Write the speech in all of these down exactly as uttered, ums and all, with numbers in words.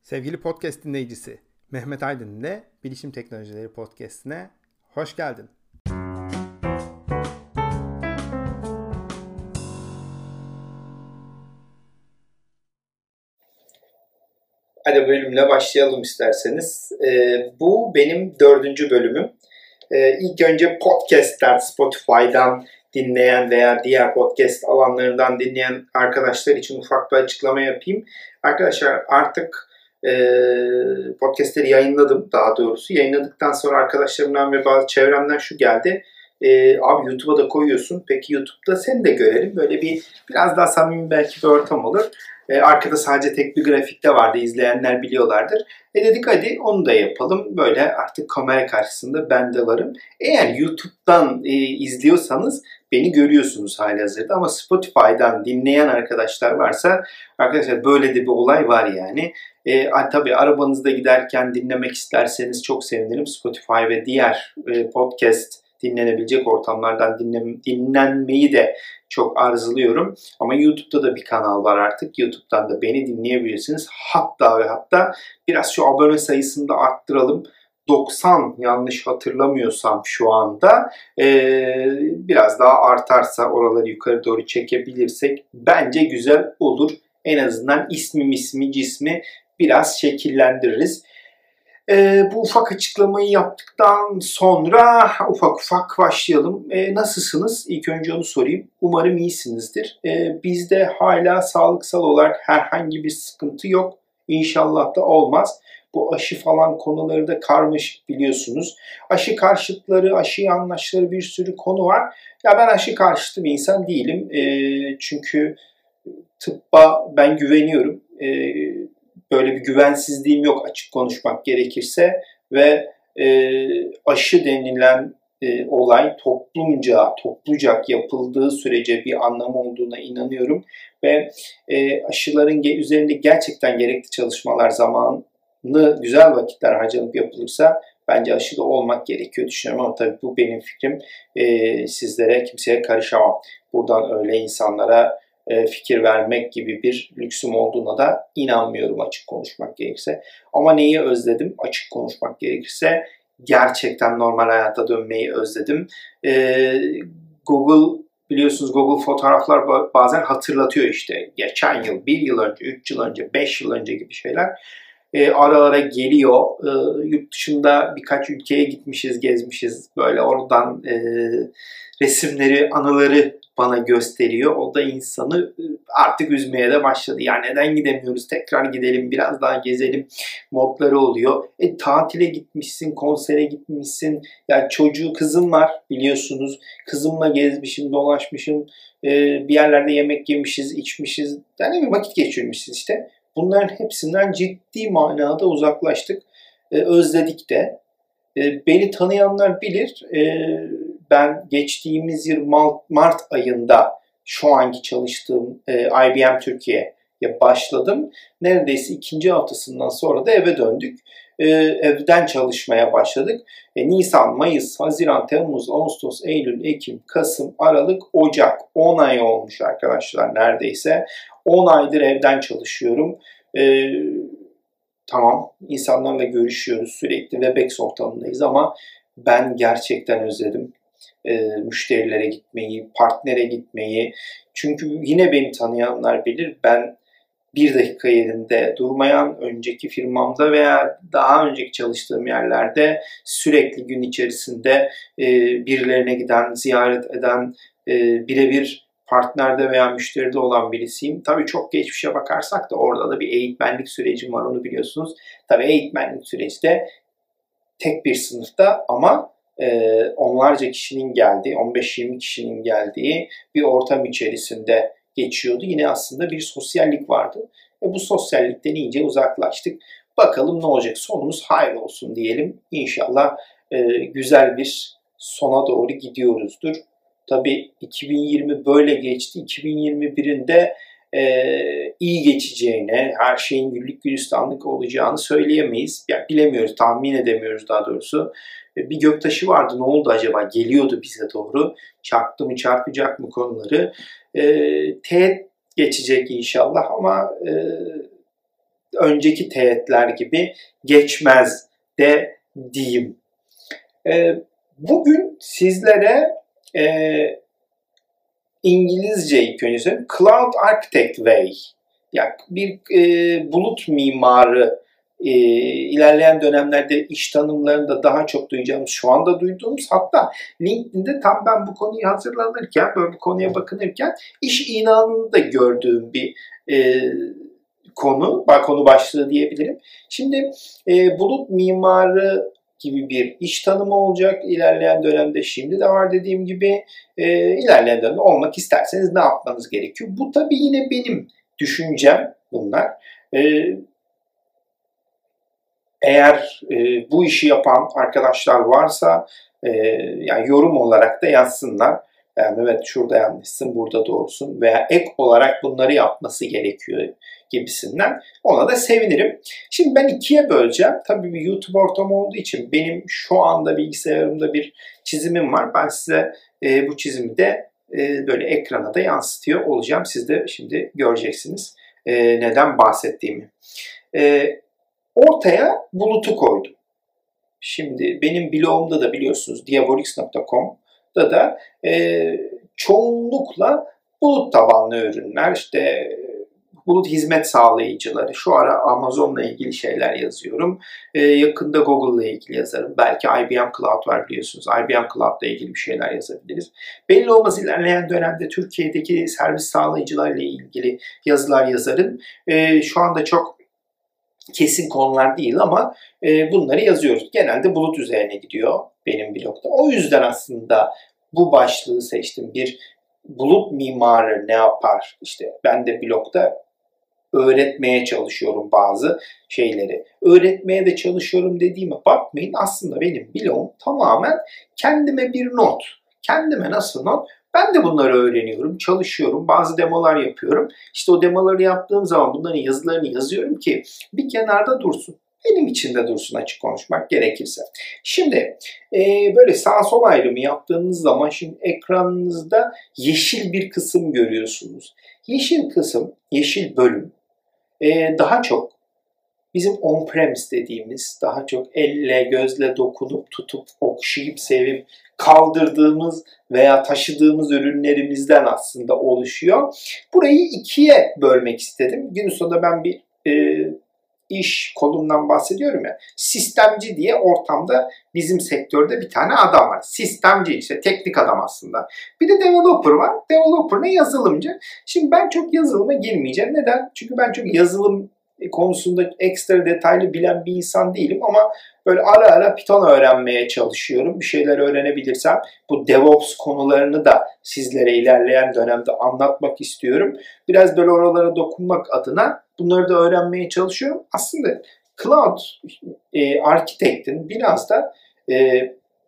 Sevgili podcast dinleyicisi, Mehmet Aydın ile Bilişim Teknolojileri Podcast'ine hoş geldin. Hadi bölümle başlayalım isterseniz. Ee, bu benim dördüncü bölümüm. Ee, ilk önce podcast'ten, Spotify'dan dinleyen veya diğer podcast alanlarından dinleyen arkadaşlar için ufak bir açıklama yapayım. Arkadaşlar artık e, podcast'leri yayınladım, daha doğrusu. Yayınladıktan sonra arkadaşlarımdan ve bazı çevremden şu geldi. Ee, abi YouTube'a da koyuyorsun. Peki YouTube'da seni de görelim. Böyle bir biraz daha samimi belki bir ortam olur. Ee, arkada sadece tek bir grafik de vardı. İzleyenler biliyorlardır. E dedik hadi onu da yapalım. Böyle artık kamera karşısında ben de varım. Eğer YouTube'dan e, izliyorsanız beni görüyorsunuz halihazırda. Ama Spotify'dan dinleyen arkadaşlar varsa arkadaşlar böyle de bir olay var yani. E, tabii arabanızda giderken dinlemek isterseniz çok sevinirim. Spotify ve diğer e, podcast dinlenebilecek ortamlardan dinlen, dinlenmeyi de çok arzuluyorum. Ama YouTube'da da bir kanal var artık. YouTube'dan da beni dinleyebilirsiniz. Hatta ve hatta biraz şu abone sayısını da arttıralım. doksan yanlış hatırlamıyorsam şu anda ee, biraz daha artarsa oraları yukarı doğru çekebilirsek bence güzel olur. En azından ismi ismi cismi biraz şekillendiririz. Ee, bu ufak açıklamayı yaptıktan sonra ufak ufak başlayalım. Ee, nasılsınız? İlk önce onu sorayım. Umarım iyisinizdir. Ee, bizde hala sağlıksal olarak herhangi bir sıkıntı yok. İnşallah da olmaz. Bu aşı falan konuları da karmaşık biliyorsunuz. Aşı karşıtları, aşı yanlışları bir sürü konu var. Ya ben aşı karşıtı bir insan değilim. Ee, çünkü tıbba ben güveniyorum. Ee, Böyle bir güvensizliğim yok açık konuşmak gerekirse ve e, aşı denilen e, olay toplumca, toplucak yapıldığı sürece bir anlamı olduğuna inanıyorum ve e, aşıların ge- üzerinde gerçekten gerekli çalışmalar zamanlı güzel vakitler harcanıp yapılırsa bence aşıda olmak gerekiyor düşünüyorum ama tabii bu benim fikrim. E, sizlere, kimseye karışamam. Buradan öyle insanlara fikir vermek gibi bir lüksüm olduğuna da inanmıyorum açık konuşmak gerekirse. Ama neyi özledim açık konuşmak gerekirse? Gerçekten normal hayata dönmeyi özledim. Ee, Google biliyorsunuz Google fotoğraflar bazen hatırlatıyor işte. Geçen yıl, bir yıl önce, üç yıl önce, beş yıl önce gibi şeyler. E, aralara geliyor. E, yurt dışında birkaç ülkeye gitmişiz, gezmişiz. Böyle oradan e, resimleri, anıları bana gösteriyor. O da insanı artık üzmeye de başladı. Yani neden gidemiyoruz? Tekrar gidelim, biraz daha gezelim modları oluyor. E, tatile gitmişsin, konsere gitmişsin. Yani çocuğu, kızım var biliyorsunuz. Kızımla gezmişim, dolaşmışım. E, bir yerlerde yemek yemişiz, içmişiz. Yani bir vakit geçirmişiz işte. Bunların hepsinden ciddi manada uzaklaştık. E, özledik de. E, beni tanıyanlar bilir. E, ben geçtiğimiz yıl Mart ayında şu anki çalıştığım e, I B M Türkiye'ye başladım. Neredeyse ikinci haftasından sonra da eve döndük. E, evden çalışmaya başladık. E, Nisan, Mayıs, Haziran, Temmuz, Ağustos, Eylül, Ekim, Kasım, Aralık, Ocak. on ay olmuş arkadaşlar neredeyse. on aydır evden çalışıyorum. E, tamam, insanlarla görüşüyoruz. Sürekli Webex ortamındayız ama ben gerçekten özledim. E, müşterilere gitmeyi, partnere gitmeyi. Çünkü yine beni tanıyanlar bilir. Ben bir dakika yerinde durmayan, önceki firmamda veya daha önceki çalıştığım yerlerde sürekli gün içerisinde e, birilerine giden, ziyaret eden, e, birebir partnerde veya müşteride olan birisiyim. Tabii çok geçmişe bakarsak da orada da bir eğitmenlik sürecim var, onu biliyorsunuz. Tabii eğitmenlik süreci de tek bir sınıfta ama e, onlarca kişinin geldiği, on beş yirmi kişinin geldiği bir ortam içerisinde geçiyordu. Yine aslında bir sosyallik vardı. Ve bu sosyallikten iyice uzaklaştık. Bakalım ne olacak? Sonumuz hayır olsun diyelim. İnşallah e, güzel bir sona doğru gidiyoruzdur. Tabii iki bin yirmi böyle geçti. iki bin yirmi birinde e, iyi geçeceğine, her şeyin güllük gülistanlık olacağını söyleyemeyiz. Yani bilemiyoruz, tahmin edemiyoruz daha doğrusu. E, bir göktaşı vardı, ne oldu acaba? Geliyordu bize doğru. Çarptı mı, çarpacak mı konuları? E, teğet geçecek inşallah ama e, önceki teğetler gibi geçmez de diyeyim. E, bugün sizlere e, İngilizce ilk önce söyleyeyim. Cloud Architect Way. Yani bir e, bulut mimarı e, ilerleyen dönemlerde iş tanımlarında daha çok duyacağımız, şu anda duyduğumuz, hatta LinkedIn'de tam ben bu konuyu hazırlanırken, böyle bir konuya bakınırken iş ilanını da gördüğüm bir e, konu, konu başlığı diyebilirim. Şimdi e, bulut mimarı gibi bir iş tanımı olacak ilerleyen dönemde. Şimdi de var dediğim gibi. E, ilerleyen dönemde olmak isterseniz ne yapmanız gerekiyor? Bu tabii yine benim düşüncem bunlar. E, eğer e, bu işi yapan arkadaşlar varsa e, yani yorum olarak da yazsınlar. Yani Mehmet şurada yanlışsın, burada doğrusun veya ek olarak bunları yapması gerekiyor gibisinden. Ona da sevinirim. Şimdi ben ikiye böleceğim. Tabii bir YouTube ortamı olduğu için benim şu anda bilgisayarımda bir çizimim var. Ben size e, bu çizimi de e, böyle ekrana da yansıtıyor olacağım. Siz de şimdi göreceksiniz e, neden bahsettiğimi. E, ortaya bulutu koydum. Şimdi benim blogumda da biliyorsunuz diabolix nokta com'da da e, çoğunlukla bulut tabanlı ürünler, işte bulut hizmet sağlayıcıları. Şu ara Amazon'la ilgili şeyler yazıyorum. Ee, yakında Google'la ilgili yazarım. Belki I B M Cloud var biliyorsunuz. I B M Cloud'la ilgili bir şeyler yazabiliriz. Belli olmaz, ilerleyen dönemde Türkiye'deki servis sağlayıcılarla ilgili yazılar yazarım. Ee, şu anda çok kesin konular değil ama e, bunları yazıyoruz. Genelde bulut üzerine gidiyor benim blogda. O yüzden aslında bu başlığı seçtim. Bir bulut mimarı ne yapar? İşte ben de blogda öğretmeye çalışıyorum bazı şeyleri. Öğretmeye de çalışıyorum dediğime bakmayın. Aslında benim blogum tamamen kendime bir not. Kendime nasıl not? Ben de bunları öğreniyorum, çalışıyorum, bazı demolar yapıyorum. İşte o demoları yaptığım zaman bunların yazılarını yazıyorum ki bir kenarda dursun. Benim için de dursun, açık konuşmak gerekirse. Şimdi e, böyle sağ sol ayrımı yaptığınız zaman şimdi ekranınızda yeşil bir kısım görüyorsunuz. Yeşil kısım, yeşil bölüm e, daha çok bizim on-premise dediğimiz, daha çok elle gözle dokunup tutup okşayıp sevip kaldırdığımız veya taşıdığımız ürünlerimizden aslında oluşuyor. Burayı ikiye bölmek istedim. Gün sonunda ben bir e, iş kolundan bahsediyorum ya. Sistemci diye ortamda bizim sektörde bir tane adam var. Sistemci, işte teknik adam aslında. Bir de developer var. Developer ne? Yazılımcı. Şimdi ben çok yazılıma girmeyeceğim. Neden? Çünkü ben çok yazılım konusunda ekstra detaylı bilen bir insan değilim ama böyle ara ara Python öğrenmeye çalışıyorum. Bir şeyler öğrenebilirsem bu DevOps konularını da sizlere ilerleyen dönemde anlatmak istiyorum. Biraz böyle oralara dokunmak adına bunları da öğrenmeye çalışıyorum. Aslında Cloud e, Architect'in biraz da e,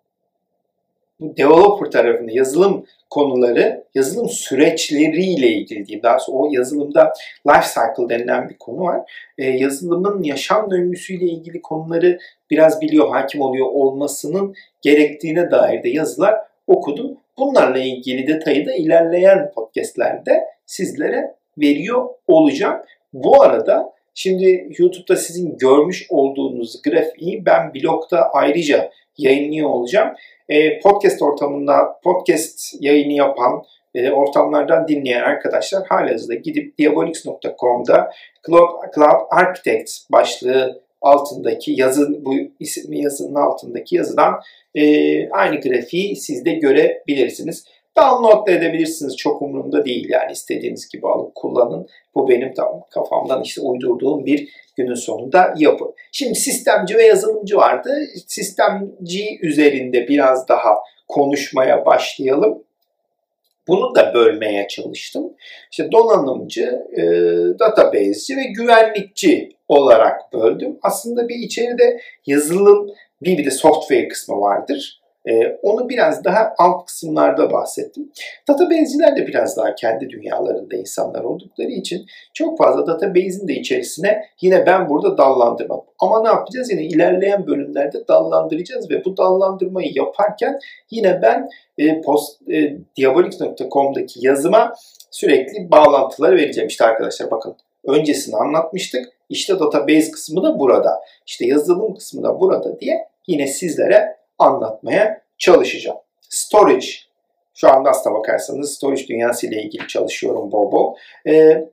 bu developer tarafında yazılım konuları, yazılım süreçleriyle ilgili diyeyim. Daha sonra o yazılımda life cycle denilen bir konu var. Ee, yazılımın yaşam döngüsüyle ilgili konuları biraz biliyor, hakim oluyor olmasının gerektiğine dair de yazılar okudum. Bunlarla ilgili detayı da ilerleyen podcastlerde sizlere veriyor olacağım. Bu arada şimdi YouTube'da sizin görmüş olduğunuz grafiği ben blogda ayrıca yayınlıyor olacağım. Podcast ortamında podcast yayını yapan e, ortamlardan dinleyen arkadaşlar halihazırda gidip diabolix nokta com'da Cloud, Cloud Architect başlığı altındaki yazı, bu isimli yazının altındaki yazıdan e, aynı grafiği siz de görebilirsiniz. Download da edebilirsiniz. Çok umurumda değil yani, istediğiniz gibi alıp kullanın. Bu benim tam kafamdan işte uydurduğum bir günün sonunda yapı. Şimdi sistemci ve yazılımcı vardı. Sistemci üzerinde biraz daha konuşmaya başlayalım. Bunu da bölmeye çalıştım. İşte donanımcı, e, database'ci ve güvenlikçi olarak böldüm. Aslında bir içeride yazılım, bir, bir de software kısmı vardır. Ee, onu biraz daha alt kısımlarda bahsettim. Database'ciler de biraz daha kendi dünyalarında insanlar oldukları için çok fazla database'in de içerisine yine ben burada dallandırmam. Ama ne yapacağız? Yine ilerleyen bölümlerde dallandıracağız ve bu dallandırmayı yaparken yine ben e, post, e, diabolix nokta com'daki yazıma sürekli bağlantıları vereceğim. İşte arkadaşlar bakın, öncesini anlatmıştık. İşte database kısmı da burada. İşte yazılım kısmı da burada diye yine sizlere anlatmaya çalışacağım. Storage. Şu anda aslına bakarsanız storage dünyası ile ilgili çalışıyorum bol bol. Ee,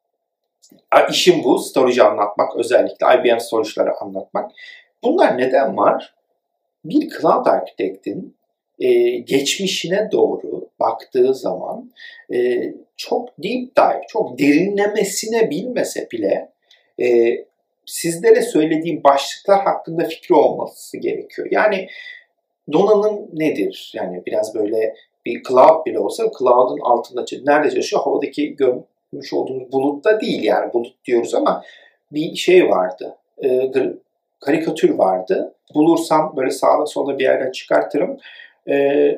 işim bu. Storage'ı anlatmak. Özellikle I B M storage'ları anlatmak. Bunlar neden var? Bir cloud architect'in e, geçmişine doğru baktığı zaman e, çok deep dive, çok derinlemesine bilmese bile e, sizlere söylediğim başlıklar hakkında fikri olması gerekiyor. Yani donanım nedir? Yani biraz böyle bir cloud bile olsa cloud'un altında nerede çalışıyor? Havadaki görmüş olduğunuz bulutta değil, yani bulut diyoruz ama bir şey vardı. E, karikatür vardı. Bulursam böyle sağda solda bir yerden çıkartırım. Ee,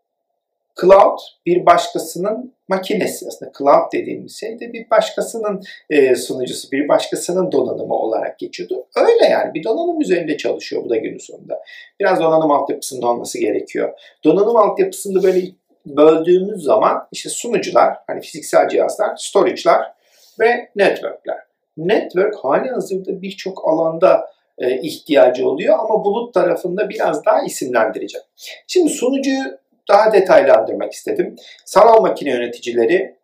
cloud bir başkasının makinesi. Aslında cloud dediğimiz şey de bir başkasının e, sunucusu, bir başkasının donanımı olarak geçiyordu. Öyle yani. Bir donanım üzerinde çalışıyor bu da günün sonunda. Biraz donanım altyapısında olması gerekiyor. Donanım altyapısında böyle böldüğümüz zaman işte sunucular, hani fiziksel cihazlar, storage'lar ve network'ler. Network hali hazırda birçok alanda e, ihtiyacı oluyor ama bulut tarafında biraz daha isimlendireceğim. Şimdi sunucuyu daha detaylandırmak istedim. Sanal makine yöneticileri,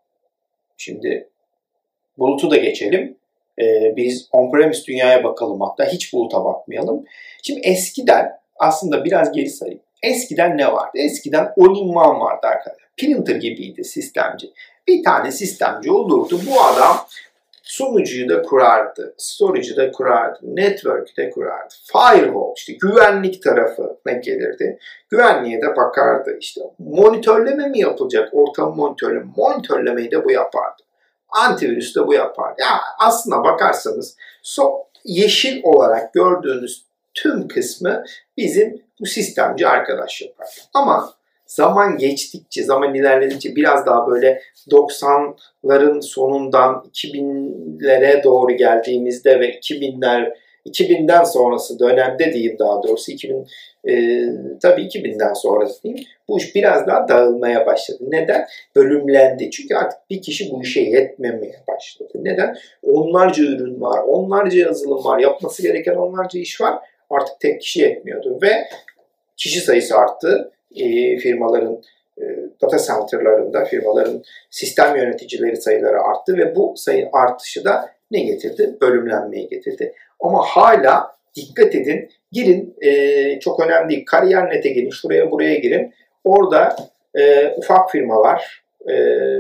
şimdi bulutu da geçelim. E, biz on-premise dünyaya bakalım, hatta hiç buluta bakmayalım. Şimdi eskiden, aslında biraz geri sarayım. Eskiden ne vardı? Eskiden all-in-one vardı arkadaşlar. Printer gibiydi sistemci. Bir tane sistemci olurdu. Bu adam sunucuyu da kurardı, storage'ı da kurardı, network'ü de kurardı, firewall, işte güvenlik tarafına gelirdi. Güvenliğe de bakardı. İşte monitörleme mi yapılacak? Ortam monitörleme. Monitörlemeyi de bu yapardı. Antivirüs de bu yapardı. Ya aslına bakarsanız so, yeşil olarak gördüğünüz tüm kısmı bizim bu sistemci arkadaş yapardı. Ama zaman geçtikçe, zaman ilerledikçe biraz daha böyle doksanların sonundan iki binlere doğru geldiğimizde ve iki binler, iki binden sonrası dönemde diyeyim daha doğrusu, iki bin, e, tabii iki binden sonrası diyeyim, bu iş biraz daha dağılmaya başladı. Neden? Bölümlendi. Çünkü artık bir kişi bu işe yetmemeye başladı. Neden? Onlarca ürün var, onlarca yazılım var, yapması gereken onlarca iş var. Artık tek kişi yetmiyordu ve kişi sayısı arttı. E, firmaların e, data center'larında firmaların sistem yöneticileri sayıları arttı ve bu sayı artışı da ne getirdi? Bölümlenmeyi getirdi. Ama hala dikkat edin, girin, e, çok önemli değil, kariyer nete girin, şuraya buraya girin. Orada e, ufak firmalar e,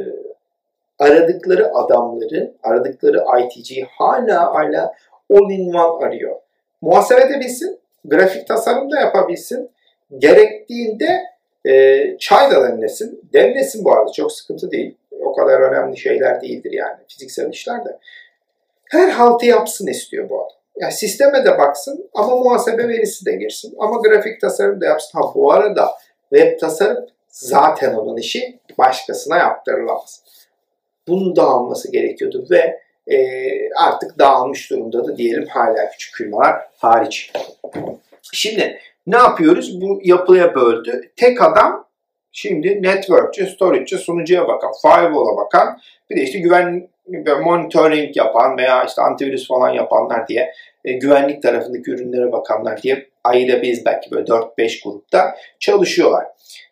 aradıkları adamları, aradıkları I T'ciyi hala hala all-in-one arıyor. Muhasebe de bilsin, grafik tasarım da yapabilsin. Gerektiğinde e, çay da demlesin. Demlesin bu arada, çok sıkıntı değil. O kadar önemli şeyler değildir yani fiziksel işler de. Her haltı yapsın istiyor bu adam. Yani sisteme de baksın ama muhasebe verisi de girsin. Ama grafik tasarım da yapsın. Ha bu arada web tasarım zaten onun işi, başkasına yaptırılamaz. Bunun dağılması gerekiyordu ve e, artık dağılmış durumda da diyelim, hala küçük firmalar hariç. Şimdi ne yapıyoruz? Bu yapıya böldü. Tek adam şimdi networkçi, storage'ci, sunucuya bakan, firewall'a bakan, bir de işte güvenlik, monitoring yapan veya işte antivirüs falan yapanlar diye, e, güvenlik tarafındaki ürünlere bakanlar diye ayda biz belki böyle dört beş grupta çalışıyorlar.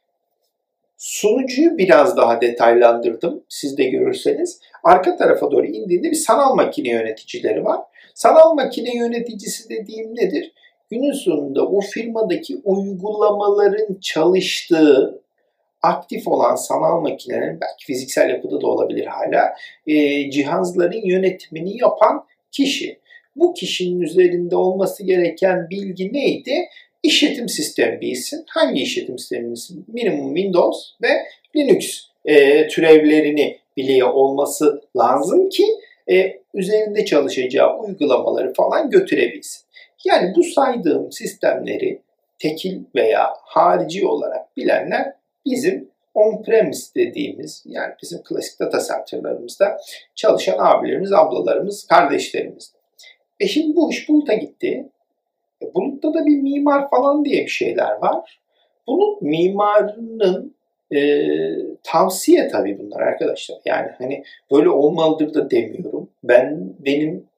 Sunucuyu biraz daha detaylandırdım. Siz de görürseniz. Arka tarafa doğru indiğinde bir sanal makine yöneticileri var. Sanal makine yöneticisi dediğim nedir? Günün sonunda o firmadaki uygulamaların çalıştığı, aktif olan sanal makinelerin, belki fiziksel yapıda da olabilir hala, e, cihazların yönetimini yapan kişi. Bu kişinin üzerinde olması gereken bilgi neydi? İşletim sistemi bilsin. Hangi işletim sistemi bilsin? Minimum Windows ve Linux e, türevlerini biliyor olması lazım ki e, üzerinde çalışacağı uygulamaları falan götürebilsin. Yani bu saydığım sistemleri tekil veya harici olarak bilenler bizim on-premise dediğimiz, yani bizim klasik data center'larımızda çalışan abilerimiz, ablalarımız, kardeşlerimiz. E şimdi bu iş buluta gitti. E bulutta da bir mimar falan diye bir şeyler var. Bulut mimarının e, tavsiye tabii bunlar arkadaşlar. Yani hani böyle olmalıdır da demiyorum. Ben benim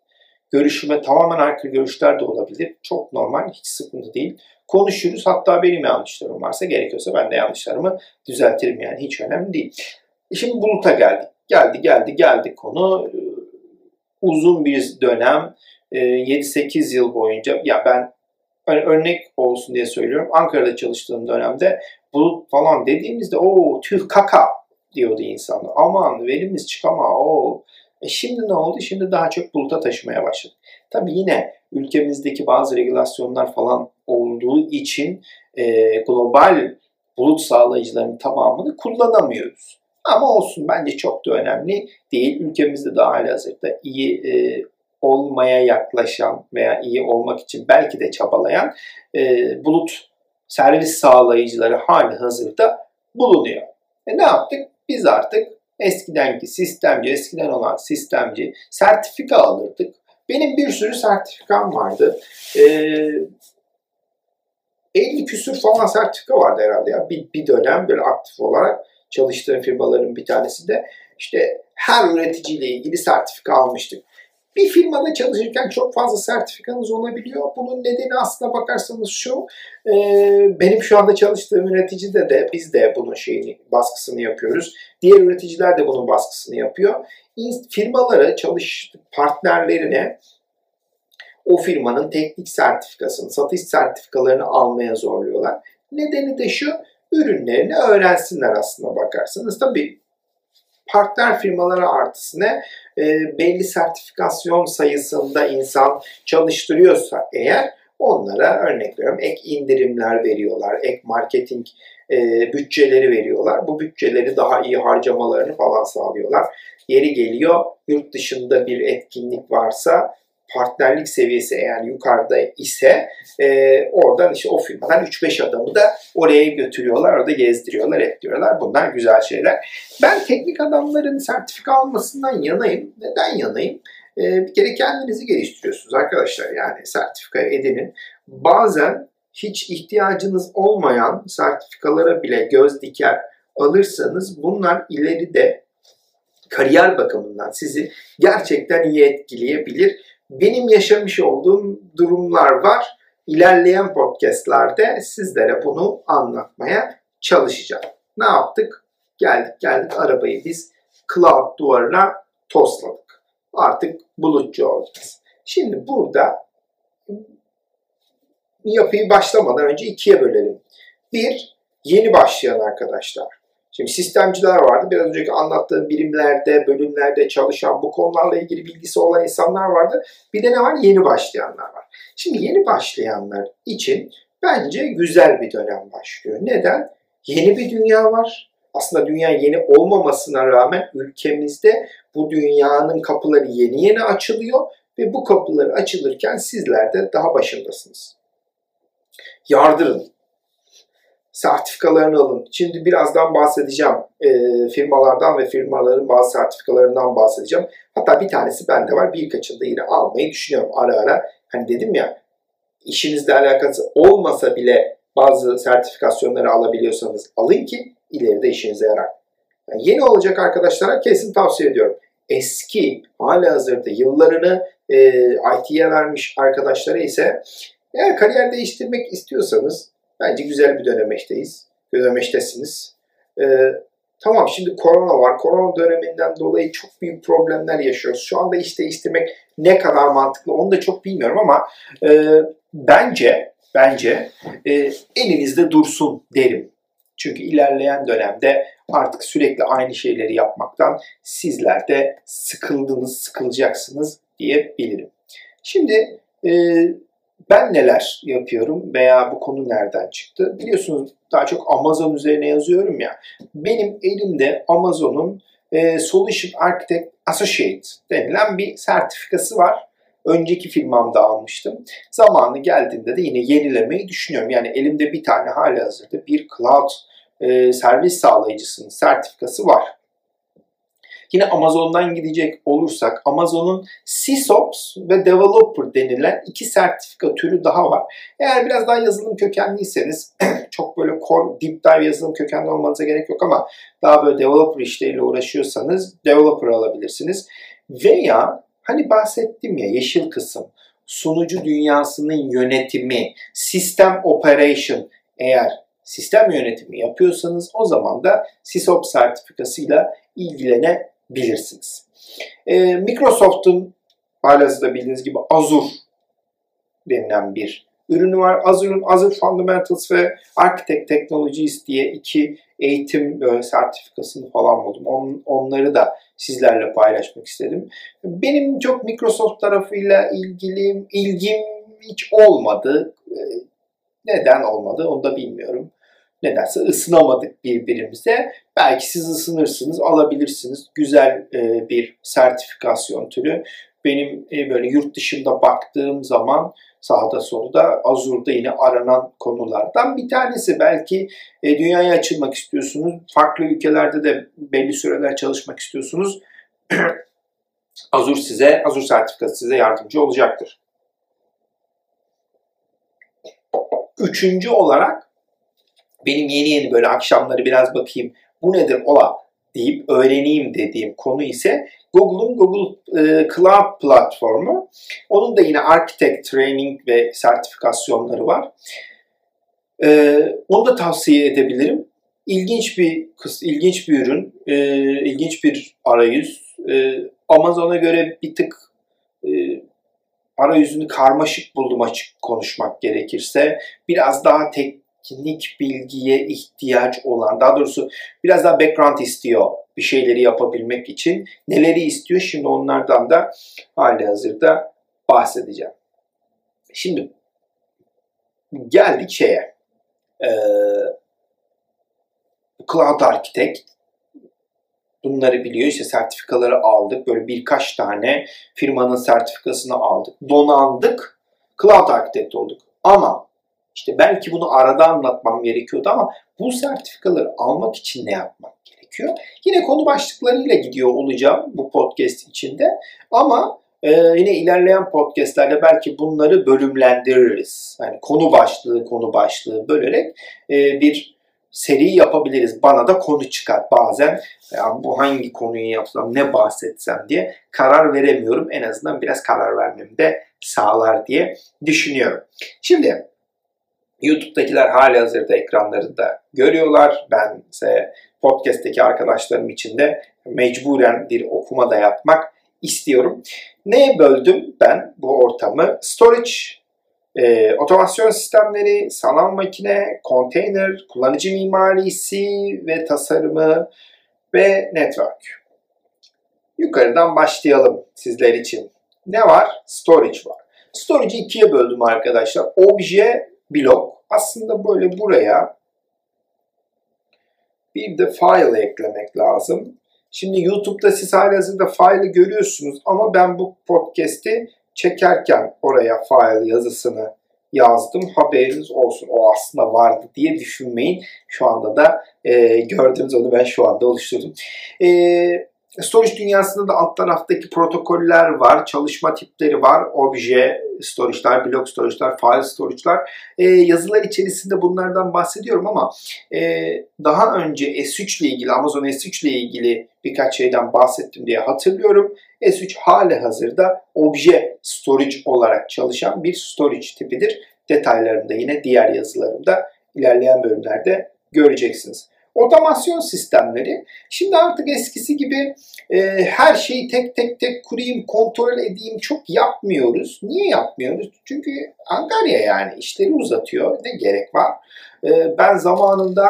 görüşüme tamamen aykırı görüşler de olabilir. Çok normal, hiç sıkıntı değil. Konuşuruz. Hatta benim yanlışlarım varsa gerekiyorsa ben de yanlışlarımı düzeltirim yani. Hiç önemli değil. E şimdi Bulut'a geldik. Geldi, geldi, geldi konu. Uzun bir dönem, yedi sekiz yıl boyunca, ya ben hani örnek olsun diye söylüyorum. Ankara'da çalıştığım dönemde Bulut falan dediğimizde o tüh kaka diyordu insanlar. Aman verimiz çıkama. O. E şimdi ne oldu? Şimdi daha çok Bulut'a taşımaya başladık. Tabii yine ülkemizdeki bazı regülasyonlar falan olduğu için e, global bulut sağlayıcılarının tamamını kullanamıyoruz. Ama olsun, bence çok da önemli değil. Ülkemizde de halihazırda iyi e, olmaya yaklaşan veya iyi olmak için belki de çabalayan e, bulut servis sağlayıcıları halihazırda bulunuyor. E ne yaptık? Biz artık eskidenki sistemci, eskiden olan sistemci sertifika alırdık. Benim bir sürü sertifikam vardı. E, elli küsur falan sertifika vardı herhalde ya. Bir, bir dönem böyle aktif olarak çalıştığım firmaların bir tanesi de işte her üreticiyle ilgili sertifika almıştık. Bir firmada çalışırken çok fazla sertifikanız olabiliyor. Bunun nedeni aslına bakarsanız şu, e, benim şu anda çalıştığım üreticide de biz de bunun şeyini, baskısını yapıyoruz. Diğer üreticiler de bunun baskısını yapıyor. Firmalara, çalıştığı partnerlerine o firmanın teknik sertifikasını, satış sertifikalarını almaya zorluyorlar. Nedeni de şu, ürünlerini öğrensinler aslına bakarsanız. Tabii partner firmalara artısı ne? E, belli sertifikasyon sayısında insan çalıştırıyorsa eğer onlara örnek veriyorum ek indirimler veriyorlar, ek marketing e, bütçeleri veriyorlar. Bu bütçeleri daha iyi harcamalarını falan sağlıyorlar. Yeri geliyor yurt dışında bir etkinlik varsa partnerlik seviyesi eğer yukarıda ise e, oradan işte o firmadan üç beş adamı da oraya götürüyorlar, orada gezdiriyorlar, ettiriyorlar. Bunlar güzel şeyler. Ben teknik adamların sertifika almasından yanayım. Neden yanayım? E, bir kere kendinizi geliştiriyorsunuz arkadaşlar. Yani sertifika edinin. Bazen hiç ihtiyacınız olmayan sertifikalara bile göz diker alırsanız bunlar ileride kariyer bakımından sizi gerçekten iyi etkileyebilir. Benim yaşamış olduğum durumlar var. İlerleyen podcastlerde sizlere bunu anlatmaya çalışacağım. Ne yaptık? Geldik geldik arabayı biz cloud duvarına tosladık. Artık bulutçu olacağız. Şimdi burada yapıyı başlamadan önce ikiye bölelim. Bir, yeni başlayan arkadaşlar. Şimdi sistemciler vardı. Biraz önceki anlattığım birimlerde, bölümlerde çalışan, bu konularla ilgili bilgisi olan insanlar vardı. Bir de ne var? Yeni başlayanlar var. Şimdi yeni başlayanlar için bence güzel bir dönem başlıyor. Neden? Yeni bir dünya var. Aslında dünya yeni olmamasına rağmen ülkemizde bu dünyanın kapıları yeni yeni açılıyor ve bu kapıları açılırken sizler de daha başındasınız. Yardırın. Sertifikalarını alın. Şimdi birazdan bahsedeceğim. E, firmalardan ve firmaların bazı sertifikalarından bahsedeceğim. Hatta bir tanesi bende var. Birkaçını da yine almayı düşünüyorum ara ara. Hani dedim ya, işinizle alakası olmasa bile bazı sertifikasyonları alabiliyorsanız alın ki ileride işinize yarar. Yani yeni olacak arkadaşlara kesin tavsiye ediyorum. Eski, halihazırda yıllarını e, I T'ye vermiş arkadaşlara ise eğer kariyer değiştirmek istiyorsanız bence güzel bir dönemeçteyiz. Dönemeçtesiniz. Ee, tamam şimdi korona var. Korona döneminden dolayı çok büyük problemler yaşıyoruz. Şu anda iş değiştirmek ne kadar mantıklı onu da çok bilmiyorum ama e, bence bence e, elinizde dursun derim. Çünkü ilerleyen dönemde artık sürekli aynı şeyleri yapmaktan sizler de sıkıldınız, sıkılacaksınız diyebilirim. Şimdi e, ben neler yapıyorum veya bu konu nereden çıktı? Biliyorsunuz daha çok Amazon üzerine yazıyorum ya. Benim elimde Amazon'un e, Solution Architect Associate denilen bir sertifikası var. Önceki firmamda almıştım. Zamanı geldiğinde de yine yenilemeyi düşünüyorum. Yani elimde bir tane halihazırda bir cloud e, servis sağlayıcısının sertifikası var. Yine Amazon'dan gidecek olursak Amazon'un SysOps ve Developer denilen iki sertifika türü daha var. Eğer biraz daha yazılım kökenliyseniz çok böyle core, deep dive yazılım kökenli olmanıza gerek yok ama daha böyle developer işleriyle uğraşıyorsanız developer alabilirsiniz. Veya Hani bahsettim ya, yeşil kısım, sunucu dünyasının yönetimi, sistem operation, eğer sistem yönetimi yapıyorsanız o zaman da SysOps sertifikasıyla ilgilenebilirsiniz. Ee, Microsoft'un halihazırda bildiğiniz gibi Azure denilen bir ürünü var. Azure'un Azure Fundamentals ve Architect Technologies diye iki eğitim böyle sertifikasını falan buldum. On, onları da sizlerle paylaşmak istedim. Benim çok Microsoft tarafıyla ilgili ilgim hiç olmadı. Neden olmadı onu da bilmiyorum. Nedense ısınamadık birbirimize. Belki siz ısınırsınız, alabilirsiniz. Güzel e, bir sertifikasyon türü. Benim e, böyle yurt dışında baktığım zaman sağda solda Azure'da yine aranan konulardan bir tanesi. Belki e, dünyaya açılmak istiyorsunuz. Farklı ülkelerde de belli süreler çalışmak istiyorsunuz. Azure size, Azure sertifikası size yardımcı olacaktır. Üçüncü olarak benim yeni yeni böyle akşamları biraz bakayım bu nedir ola deyip öğreneyim dediğim konu ise Google'un Google e, Cloud platformu. Onun da yine Architect Training ve sertifikasyonları var. E, onu da tavsiye edebilirim. İlginç bir ilginç bir ürün, e, ilginç bir arayüz. E, Amazon'a göre bir tık e, arayüzünü karmaşık buldum açık konuşmak gerekirse. Biraz daha teknik bilgiye ihtiyaç olan, daha doğrusu biraz daha background istiyor bir şeyleri yapabilmek için. Neleri istiyor? Şimdi onlardan da halihazırda bahsedeceğim. Şimdi geldik şeye. Ee, Cloud Architect. Bunları biliyor. İşte sertifikaları aldık. Böyle birkaç tane firmanın sertifikasını aldık. Donandık. Cloud Architect olduk. Ama işte belki bunu arada anlatmam gerekiyordu ama bu sertifikaları almak için ne yapmak gerekiyor? Yine konu başlıklarıyla gidiyor olacağım bu podcast içinde. Ama e, yine ilerleyen podcastlerde belki bunları bölümlendiririz. Yani konu başlığı konu başlığı bölerek e, bir seri yapabiliriz. Bana da konu çıkar. Bazen ya bu hangi konuyu yapsam, ne bahsetsem diye karar veremiyorum. En azından biraz karar vermemi de sağlar diye düşünüyorum. Şimdi YouTube'dakiler halihazırda ekranlarında görüyorlar. Ben ise podcast'teki arkadaşlarım için de mecburen bir okuma da yapmak istiyorum. Neye böldüm ben bu ortamı? Storage, E, otomasyon sistemleri, sanal makine, konteyner, kullanıcı mimarisi ve tasarımı ve network. Yukarıdan başlayalım sizler için. Ne var? Storage var. Storage'i ikiye böldüm arkadaşlar. Obje, blok. Aslında böyle buraya bir de file eklemek lazım. Şimdi YouTube'da siz halihazırda file'ı görüyorsunuz ama ben bu podcast'i çekerken oraya file yazısını yazdım. Haberiniz olsun. O aslında vardı diye düşünmeyin. Şu anda da e, gördüğünüz onu ben şu anda oluşturdum. E, storage dünyasında da alt taraftaki protokoller var. Çalışma tipleri var. Obje storage'lar, blok storage'lar, file storage'lar. E, yazılar içerisinde bunlardan bahsediyorum ama e, daha önce S üç ile ilgili, Amazon S üç ile ilgili birkaç şeyden bahsettim diye hatırlıyorum. S üç hali hazırda obje storage olarak çalışan bir storage tipidir. Detaylarını da yine diğer yazılarımda ilerleyen bölümlerde göreceksiniz. Otomasyon sistemleri. Şimdi artık eskisi gibi e, her şeyi tek tek tek kurayım, kontrol edeyim çok yapmıyoruz. Niye yapmıyoruz? Çünkü angarya yani işleri uzatıyor. Ne gerek var? E, ben zamanında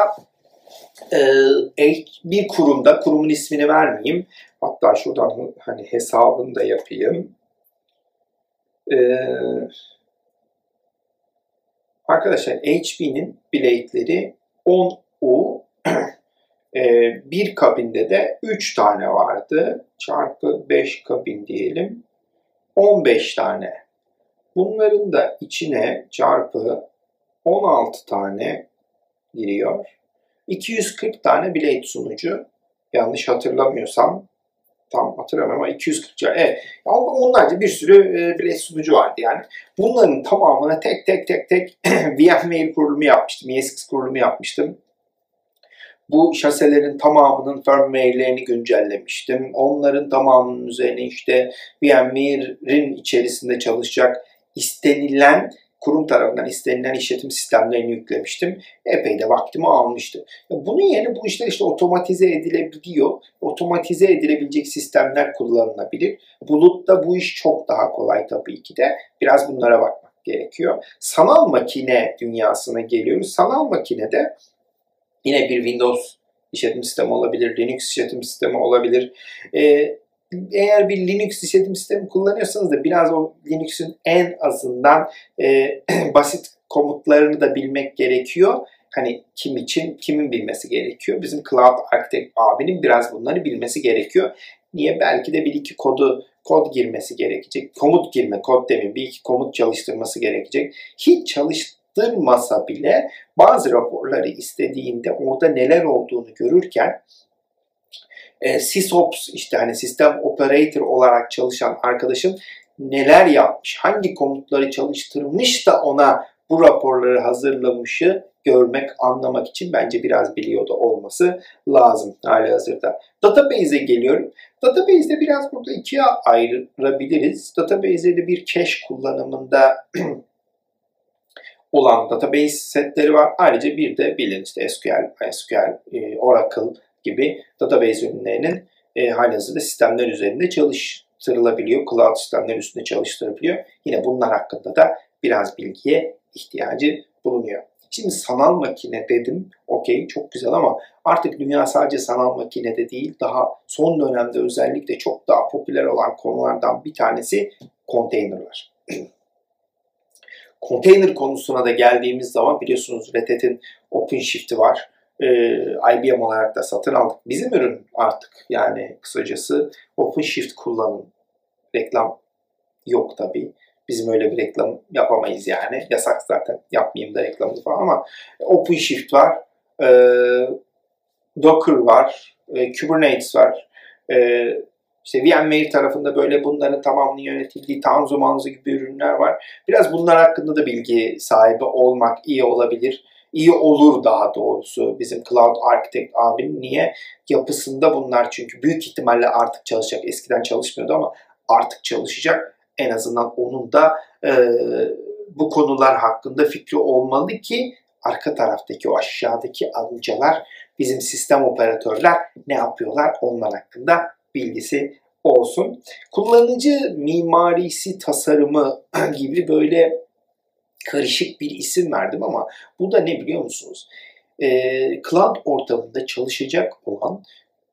e, bir kurumda, kurumun ismini vermeyeyim. Hatta şuradan hani hesabını da yapayım. Ee, arkadaşlar H P'nin blade'leri on U e, bir kabinde de üç tane vardı. Çarpı beş kabin diyelim. on beş tane. Bunların da içine çarpı on altı tane giriyor. iki yüz kırk tane blade sunucu. Yanlış hatırlamıyorsam. Tam hatırlamıyorum ama iki yüz kırk. Evet. Onlarca bir sürü blade sunucu vardı yani. Bunların tamamına tek tek tek tek VMware kurulumu yapmıştım. E S X kurulumu yapmıştım. Bu şaselerin tamamının firmware'lerini güncellemiştim. Onların tamamının üzerine işte V M Ware'in içerisinde çalışacak istenilen kurum tarafından istenilen işletim sistemlerini yüklemiştim. Epey de vaktimi almıştı. Bunun yerine bu işler işte otomatize edilebiliyor. Otomatize edilebilecek sistemler kullanılabilir. Bulutta bu iş çok daha kolay tabii ki de. Biraz bunlara bakmak gerekiyor. Sanal makine dünyasına geliyoruz. Sanal makinede yine bir Windows işletim sistemi olabilir, Linux işletim sistemi olabilir. Ee, Eğer bir Linux işletim sistemi kullanıyorsanız da biraz o Linux'un en azından e, basit komutlarını da bilmek gerekiyor. Hani kim için, kimin bilmesi gerekiyor? Bizim Cloud Architect abinin biraz bunları bilmesi gerekiyor. Niye? Belki de bir iki kodu kod girmesi gerekecek. Komut girme, kod demeyeyim. Bir iki komut çalıştırması gerekecek. Hiç çalıştırmasa bile bazı raporları istediğinde orada neler olduğunu görürken E, SysOps işte hani sistem operator olarak çalışan arkadaşın neler yapmış, hangi komutları çalıştırmış da ona bu raporları hazırlamışı görmek, anlamak için bence biraz biliyor da olması lazım halihazırda. Database'e geliyorum. Database'de biraz burada ikiye ayırabiliriz. Database'de bir cache kullanımında olan database setleri var. Ayrıca bir de bilin işte S Q L, S Q L, Oracle gibi database ürünlerinin e, halihazırda sistemler üzerinde çalıştırılabiliyor. Cloud sistemler üstünde çalıştırılabiliyor. Yine bunlar hakkında da biraz bilgiye ihtiyacı bulunuyor. Şimdi sanal makine dedim. Okey, çok güzel ama artık dünya sadece sanal makinede değil, daha son dönemde özellikle çok daha popüler olan konulardan bir tanesi konteynerler. Konteyner konusuna da geldiğimiz zaman biliyorsunuz Red Hat'in OpenShift'i var. I B M olarak da satın aldık. Bizim ürün artık yani kısacası OpenShift kullanın. Reklam yok tabii. Bizim öyle bir reklam yapamayız yani. Yasak zaten. Yapmayayım da reklamını falan ama OpenShift var. E, Docker var. E, Kubernetes var. E, işte V M Ware tarafında böyle bunların tamamının yönetildiği Tanzu Manzu gibi ürünler var. Biraz bunlar hakkında da bilgi sahibi olmak iyi olabilir. İyi olur daha doğrusu bizim Cloud Architect abinin. Niye? Yapısında bunlar çünkü büyük ihtimalle artık çalışacak. Eskiden çalışmıyordu ama artık çalışacak. En azından onun da e, bu konular hakkında fikri olmalı ki arka taraftaki o aşağıdaki amcalar bizim sistem operatörler ne yapıyorlar onlar hakkında bilgisi olsun. Kullanıcı mimarisi tasarımı gibi böyle karışık bir isim verdim ama bu da ne biliyor musunuz? Ee, cloud ortamında çalışacak olan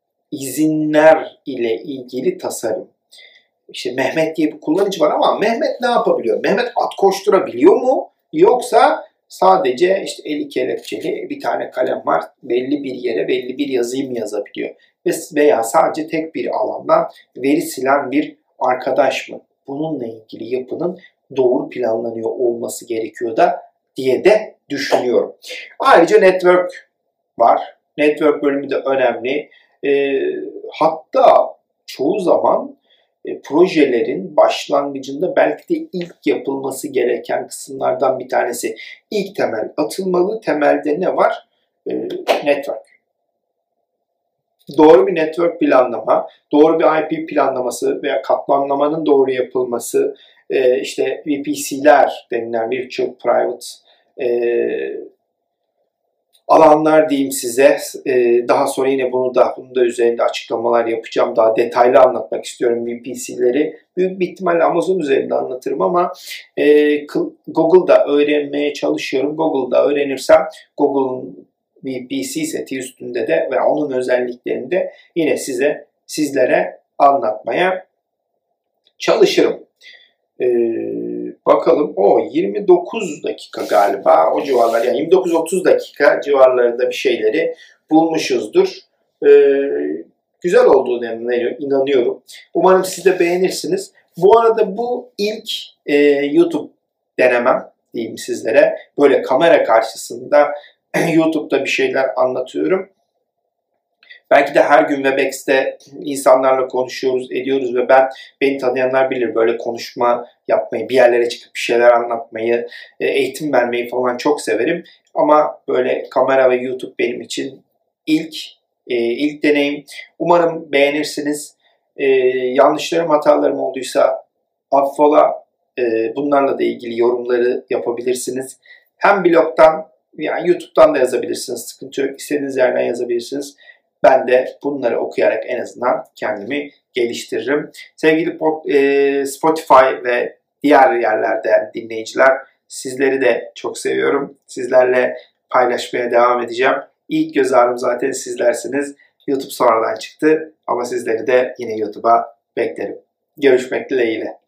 izinler ile ilgili tasarım. İşte Mehmet diye bir kullanıcı var ama Mehmet ne yapabiliyor? Mehmet at koşturabiliyor mu? Yoksa sadece işte eli kelepçeli bir tane kalem var. Belli bir yere belli bir yazıyı mı yazabiliyor? Veya sadece tek bir alandan veri silen bir arkadaş mı? Bununla ilgili yapının doğru planlanıyor olması gerekiyor da diye de düşünüyorum. Ayrıca network var. Network bölümü de önemli. E, hatta çoğu zaman e, projelerin başlangıcında belki de ilk yapılması gereken kısımlardan bir tanesi. İlk temel atılmalı. Temelde ne var? E, network. Doğru bir network planlama, doğru bir I P planlaması veya katmanlamanın doğru yapılması, e, işte V P C'ler denilen Virtual Private e, alanlar diyeyim size. E, daha sonra yine bunu da bunun da üzerinde açıklamalar yapacağım. Daha detaylı anlatmak istiyorum V P C'leri. Büyük bir ihtimalle Amazon üzerinde anlatırım ama e, Google'da öğrenmeye çalışıyorum. Google'da öğrenirsem Google'ın V P C seti üstünde de ve onun özelliklerini de yine size sizlere anlatmaya çalışırım. Ee, bakalım o yirmi dokuz dakika galiba o civarlar yani yirmi dokuz otuz dakika civarlarında bir şeyleri bulmuşuzdur. Ee, güzel olduğuna inanıyorum. Umarım siz de beğenirsiniz. Bu arada bu ilk e, YouTube denemem diyeyim sizlere. Böyle kamera karşısında YouTube'da bir şeyler anlatıyorum. Belki de her gün Webex'te insanlarla konuşuyoruz, ediyoruz ve ben beni tanıyanlar bilir böyle konuşma yapmayı, bir yerlere çıkıp bir şeyler anlatmayı, eğitim vermeyi falan çok severim. Ama böyle kamera ve YouTube benim için ilk e, ilk deneyim. Umarım beğenirsiniz. E, yanlışlarım, hatalarım olduysa affola. E, bunlarla da ilgili yorumları yapabilirsiniz. Hem blogdan, yani YouTube'dan da yazabilirsiniz. Sıkıntı yok. İstediğiniz yerden yazabilirsiniz. Ben de bunları okuyarak en azından kendimi geliştiririm. Sevgili Spotify ve diğer yerlerden dinleyiciler, sizleri de çok seviyorum. Sizlerle paylaşmaya devam edeceğim. İlk göz ağrım zaten sizlersiniz. YouTube sonradan çıktı ama sizleri de yine YouTube'a beklerim. Görüşmek dileğiyle.